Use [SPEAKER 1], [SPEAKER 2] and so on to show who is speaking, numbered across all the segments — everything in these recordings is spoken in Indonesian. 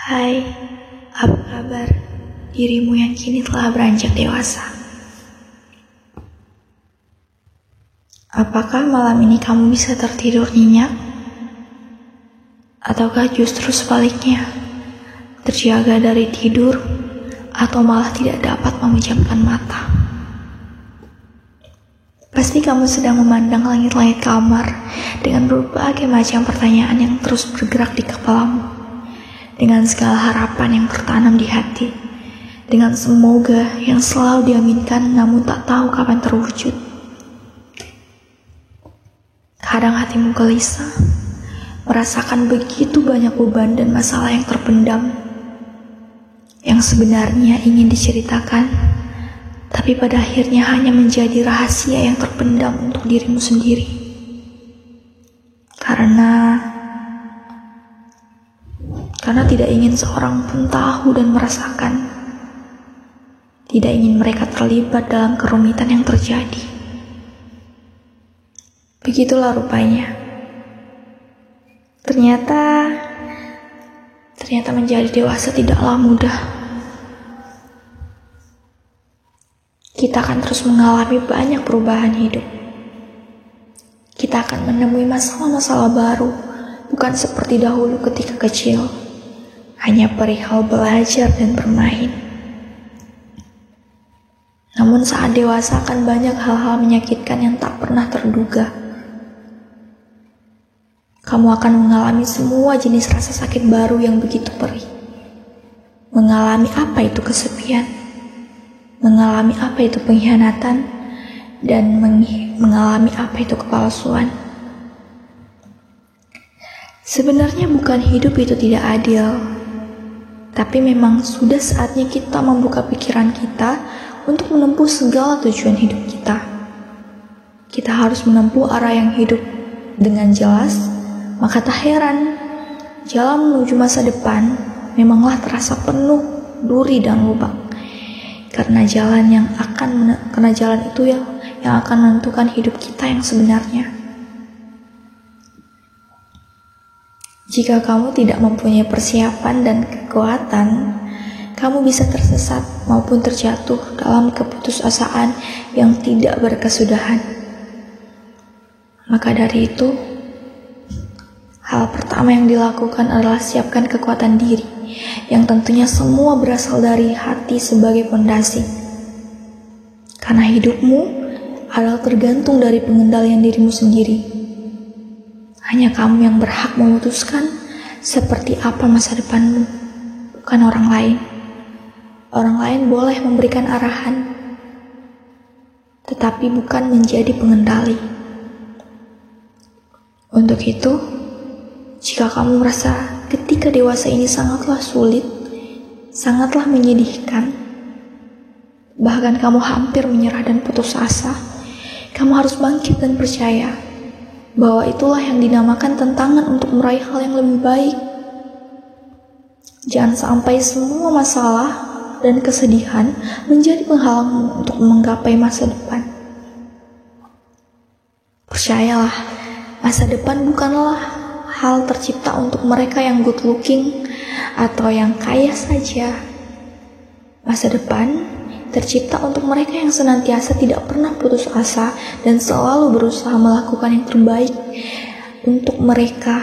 [SPEAKER 1] Hai, apa kabar dirimu yang kini telah beranjak dewasa? Apakah malam ini kamu bisa tertidur nyenyak? Ataukah justru sebaliknya, terjaga dari tidur atau malah tidak dapat memejamkan mata? Pasti kamu sedang memandang langit-langit kamar dengan berbagai macam pertanyaan yang terus bergerak di kepalamu, dengan segala harapan yang tertanam di hati, dengan semoga yang selalu diaminkan namun tak tahu kapan terwujud. Kadang hatimu gelisah, merasakan begitu banyak beban dan masalah yang terpendam, yang sebenarnya ingin diceritakan, tapi pada akhirnya hanya menjadi rahasia yang terpendam untuk dirimu sendiri. Karena tidak ingin seorang pun tahu dan merasakan. Tidak ingin mereka terlibat dalam kerumitan yang terjadi. Begitulah rupanya. Ternyata menjadi dewasa tidaklah mudah. Kita akan terus mengalami banyak perubahan hidup. Kita akan menemui masalah-masalah baru, bukan seperti dahulu ketika kecil, hanya perihal belajar dan bermain. Namun saat dewasa akan banyak hal-hal menyakitkan yang tak pernah terduga. Kamu akan mengalami semua jenis rasa sakit baru yang begitu perih. Mengalami apa itu kesepian, mengalami apa itu pengkhianatan, dan mengalami apa itu kepalsuan. Sebenarnya bukan hidup itu tidak adil, tapi memang sudah saatnya kita membuka pikiran kita untuk menempuh segala tujuan hidup kita. Kita harus menempuh arah yang hidup dengan jelas, maka tak heran jalan menuju masa depan memanglah terasa penuh duri dan lubang. Karena jalan itu yang akan menentukan hidup kita yang sebenarnya. Jika kamu tidak mempunyai persiapan dan kekuatan, kamu bisa tersesat maupun terjatuh dalam keputusasaan yang tidak berkesudahan. Maka dari itu, hal pertama yang dilakukan adalah siapkan kekuatan diri, yang tentunya semua berasal dari hati sebagai fondasi. Karena hidupmu adalah tergantung dari pengendalian dirimu sendiri. Hanya kamu yang berhak memutuskan seperti apa masa depanmu, bukan orang lain. Orang lain boleh memberikan arahan, tetapi bukan menjadi pengendali. Untuk itu, jika kamu merasa ketika dewasa ini sangatlah sulit, sangatlah menyedihkan, bahkan kamu hampir menyerah dan putus asa, kamu harus bangkit dan percaya bahwa itulah yang dinamakan tantangan untuk meraih hal yang lebih baik. Jangan sampai semua masalah dan kesedihan menjadi penghalang untuk menggapai masa depan. Percayalah, masa depan bukanlah hal tercipta untuk mereka yang good looking atau yang kaya saja. Masa depan tercipta untuk mereka yang senantiasa tidak pernah putus asa dan selalu berusaha melakukan yang terbaik untuk mereka.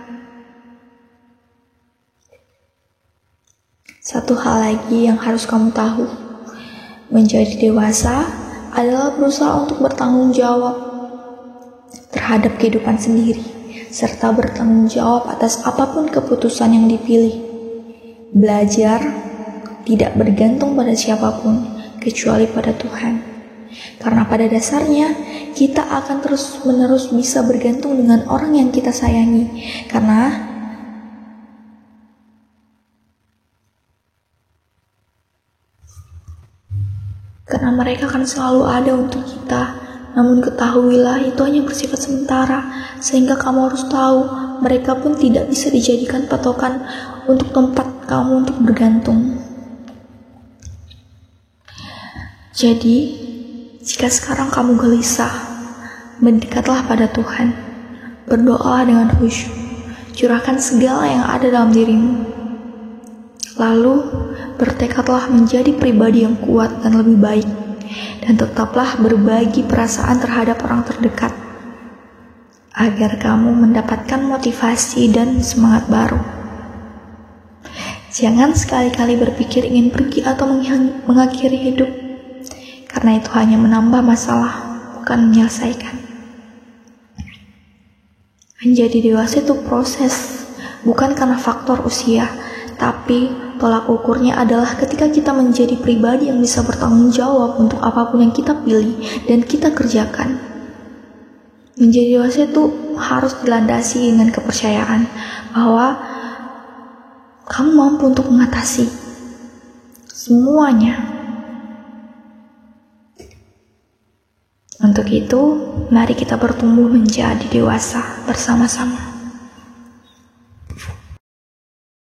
[SPEAKER 1] Satu hal lagi yang harus kamu tahu, menjadi dewasa adalah berusaha untuk bertanggung jawab terhadap kehidupan sendiri, serta bertanggung jawab atas apapun keputusan yang dipilih. Belajar tidak bergantung pada siapapun, kecuali pada Tuhan. Karena pada dasarnya, kita akan terus-menerus bisa bergantung dengan orang yang kita sayangi. Karena mereka akan selalu ada untuk kita. Namun ketahuilah itu hanya bersifat sementara, sehingga kamu harus tahu mereka pun tidak bisa dijadikan patokan untuk tempat kamu untuk bergantung. Jadi, jika sekarang kamu gelisah, mendekatlah pada Tuhan, berdoalah dengan khusyuk, curahkan segala yang ada dalam dirimu. Lalu, bertekadlah menjadi pribadi yang kuat dan lebih baik, dan tetaplah berbagi perasaan terhadap orang terdekat, agar kamu mendapatkan motivasi dan semangat baru. Jangan sekali-kali berpikir ingin pergi atau mengakhiri hidup, karena itu hanya menambah masalah, bukan menyelesaikan. Menjadi dewasa itu proses, bukan karena faktor usia, tapi tolak ukurnya adalah ketika kita menjadi pribadi yang bisa bertanggung jawab untuk apapun yang kita pilih dan kita kerjakan. Menjadi dewasa itu harus dilandasi dengan kepercayaan bahwa kamu mampu untuk mengatasi semuanya. Untuk itu, mari kita bertumbuh menjadi dewasa bersama-sama.